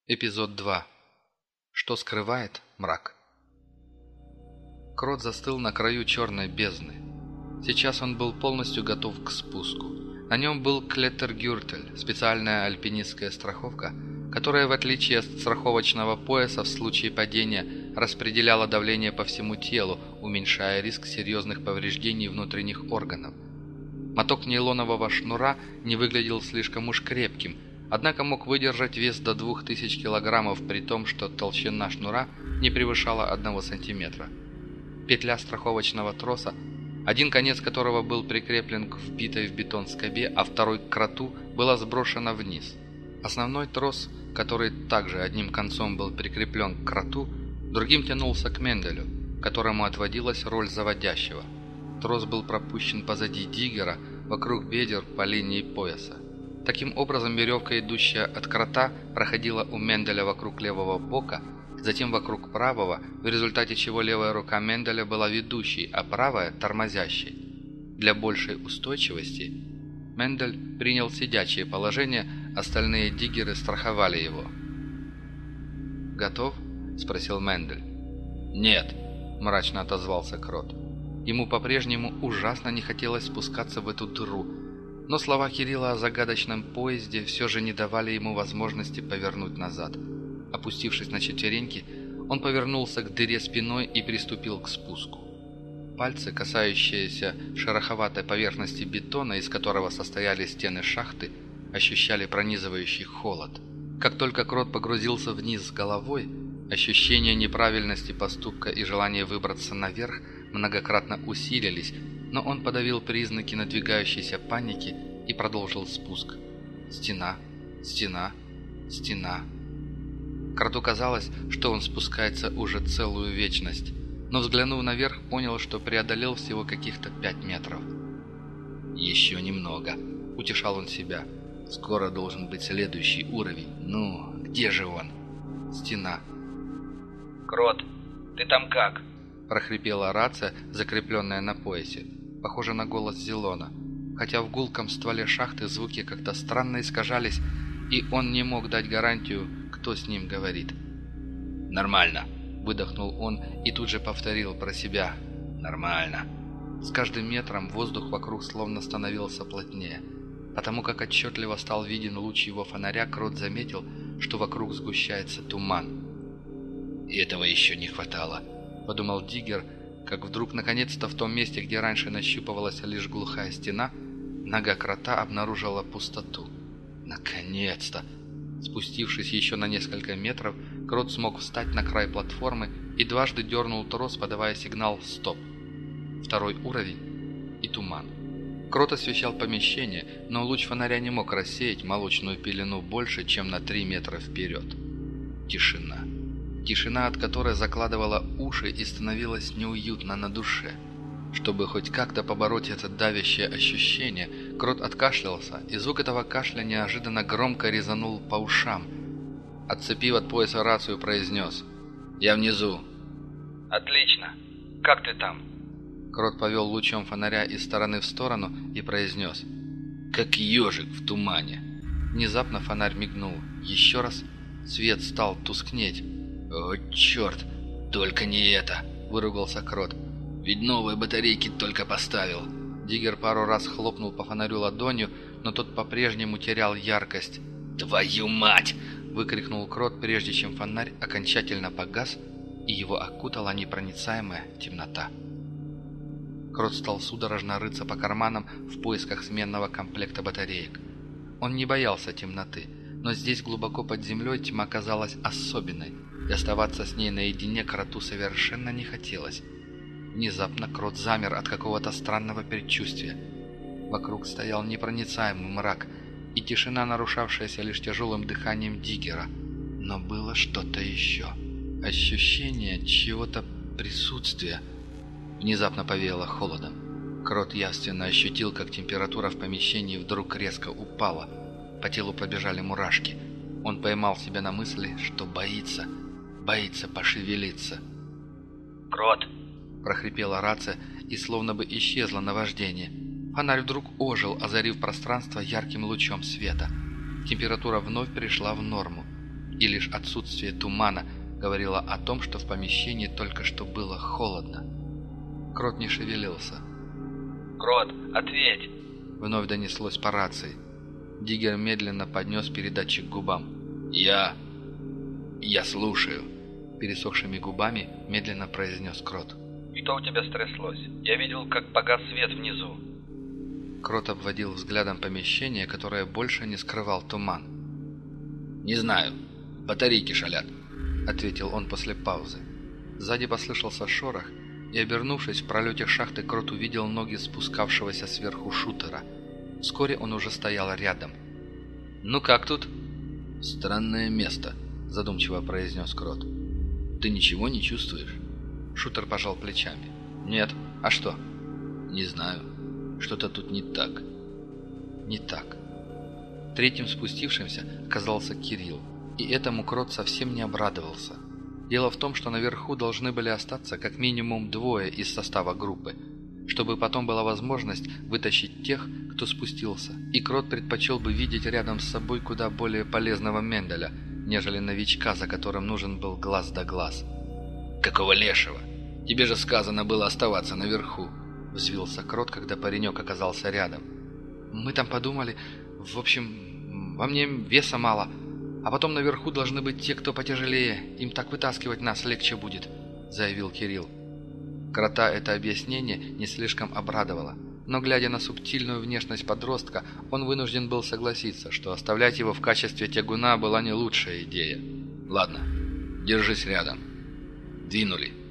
Эпизод 2. Что скрывает мрак? Крот застыл на краю черной бездны. Сейчас он был полностью готов к спуску. На нем был клеттергюртель, специальная альпинистская страховка, которая, в отличие от страховочного пояса, в случае падения распределяла давление по всему телу, уменьшая риск серьезных повреждений внутренних органов. Моток нейлонового шнура не выглядел слишком уж крепким, однако мог выдержать вес до 2000 килограммов, при том, что толщина шнура не превышала 1 сантиметра. Петля страховочного троса, один конец которого был прикреплен к вбитой в бетон скобе, а второй к кроту, была сброшена вниз. Основной трос, который также одним концом был прикреплен к кроту, другим тянулся к Менделю, которому отводилась роль заводящего. Трос был пропущен позади Диггера, вокруг бедер по линии пояса. Таким образом, веревка, идущая от крота, проходила у Менделя вокруг левого бока, затем вокруг правого, в результате чего левая рука Менделя была ведущей, а правая – тормозящей. Для большей устойчивости Мендель принял сидячее положение, остальные диггеры страховали его. «Готов?» – спросил Мендель. «Нет», – мрачно отозвался Крот. Ему по-прежнему ужасно не хотелось спускаться в эту дыру, но слова Кирилла о загадочном поезде все же не давали ему возможности повернуть назад. Опустившись на четвереньки, он повернулся к дыре спиной и приступил к спуску. Пальцы, касающиеся шероховатой поверхности бетона, из которого состояли стены шахты, ощущали пронизывающий холод. Как только Крот погрузился вниз с головой, ощущение неправильности поступка и желание выбраться наверх многократно усилились, но он подавил признаки надвигающейся паники и продолжил спуск. Стена, стена, стена. Кроту казалось, что он спускается уже целую вечность, но, взглянув наверх, понял, что преодолел всего каких-то 5 метров. «Еще немного», — утешал он себя. «Скоро должен быть следующий уровень. Ну, где же он?» Стена. «Крот, ты там как?» — прохрипела рация, закрепленная на поясе. Похоже на голос Зелона. Хотя в гулком стволе шахты звуки как-то странно искажались, и он не мог дать гарантию, кто с ним говорит. «Нормально», — выдохнул он и тут же повторил про себя. «Нормально». С каждым метром воздух вокруг словно становился плотнее. Потому как отчетливо стал виден луч его фонаря, Крот заметил, что вокруг сгущается туман. «И этого еще не хватало», — подумал Диггер, как вдруг наконец-то в том месте, где раньше нащупывалась лишь глухая стена, нога крота обнаружила пустоту. Наконец-то! Спустившись еще на несколько метров, Крот смог встать на край платформы и дважды дернул трос, подавая сигнал «Стоп». Второй уровень и туман. Крот освещал помещение, но луч фонаря не мог рассеять молочную пелену больше, чем на 3 метра вперед. Тишина. Тишина, от которой закладывала уши и становилось неуютно на душе. Чтобы хоть как-то побороть это давящее ощущение, Крот откашлялся, и звук этого кашля неожиданно громко резанул по ушам. Отцепив от пояса рацию, произнес: «Я внизу». «Отлично. Как ты там?» Крот повел лучом фонаря из стороны в сторону и произнес: «Как ежик в тумане». Внезапно фонарь мигнул. Еще раз свет стал тускнеть. «О, черт! Только не это!» – выругался Крот. «Ведь новые батарейки только поставил». Диггер пару раз хлопнул по фонарю ладонью, но тот по-прежнему терял яркость. «Твою мать!» – выкрикнул Крот, прежде чем фонарь окончательно погас, и его окутала непроницаемая темнота. Крот стал судорожно рыться по карманам в поисках сменного комплекта батареек. Он не боялся темноты, но здесь, глубоко под землей, тьма казалась особенной, и оставаться с ней наедине Кроту совершенно не хотелось. Внезапно Крот замер от какого-то странного предчувствия. Вокруг стоял непроницаемый мрак и тишина, нарушавшаяся лишь тяжелым дыханием Диггера. Но было что-то еще. Ощущение чего-то присутствия. Внезапно повеяло холодом. Крот явственно ощутил, как температура в помещении вдруг резко упала. По телу пробежали мурашки. Он поймал себя на мысли, что боится пошевелиться. «Крот!» – прохрипела рация и словно бы исчезло наваждение. Фонарь вдруг ожил, озарив пространство ярким лучом света. Температура вновь пришла в норму. и лишь отсутствие тумана говорило о том, что в помещении только что было холодно. Крот не шевелился. «Крот, ответь!» Вновь донеслось по рации. Диггер медленно поднес передатчик к губам. «Я слушаю», — пересохшими губами медленно произнес Крот. «Что у тебя стряслось? Я видел, как погас свет внизу». Крот обводил взглядом помещение, которое больше не скрывал туман. «Не знаю. Батарейки шалят», — ответил он после паузы. Сзади послышался шорох, и, обернувшись в пролете шахты, Крот увидел ноги спускавшегося сверху шутера. Вскоре он уже стоял рядом. «Ну как тут?» «Странное место», — задумчиво произнес Крот. «Ты ничего не чувствуешь?» Шутер пожал плечами. «Нет. А что?» «Не знаю. Что-то тут не так». «Не так». Третьим спустившимся оказался Кирилл, и этому Крот совсем не обрадовался. Дело в том, что наверху должны были остаться как минимум двое из состава группы, чтобы потом была возможность вытащить тех, кто спустился, и Крот предпочел бы видеть рядом с собой куда более полезного Менделя, нежели новичка, за которым нужен был глаз да глаз. «Какого лешего? Тебе же сказано было оставаться наверху!» — взвился Крот, когда паренек оказался рядом. «Мы там подумали... В общем, во мне веса мало, а потом наверху должны быть те, кто потяжелее. Им так вытаскивать нас легче будет», — заявил Кирилл. Крота это объяснение не слишком обрадовало, но, глядя на субтильную внешность подростка, он вынужден был согласиться, что оставлять его в качестве тягуна была не лучшая идея. «Ладно, держись рядом. Двинули».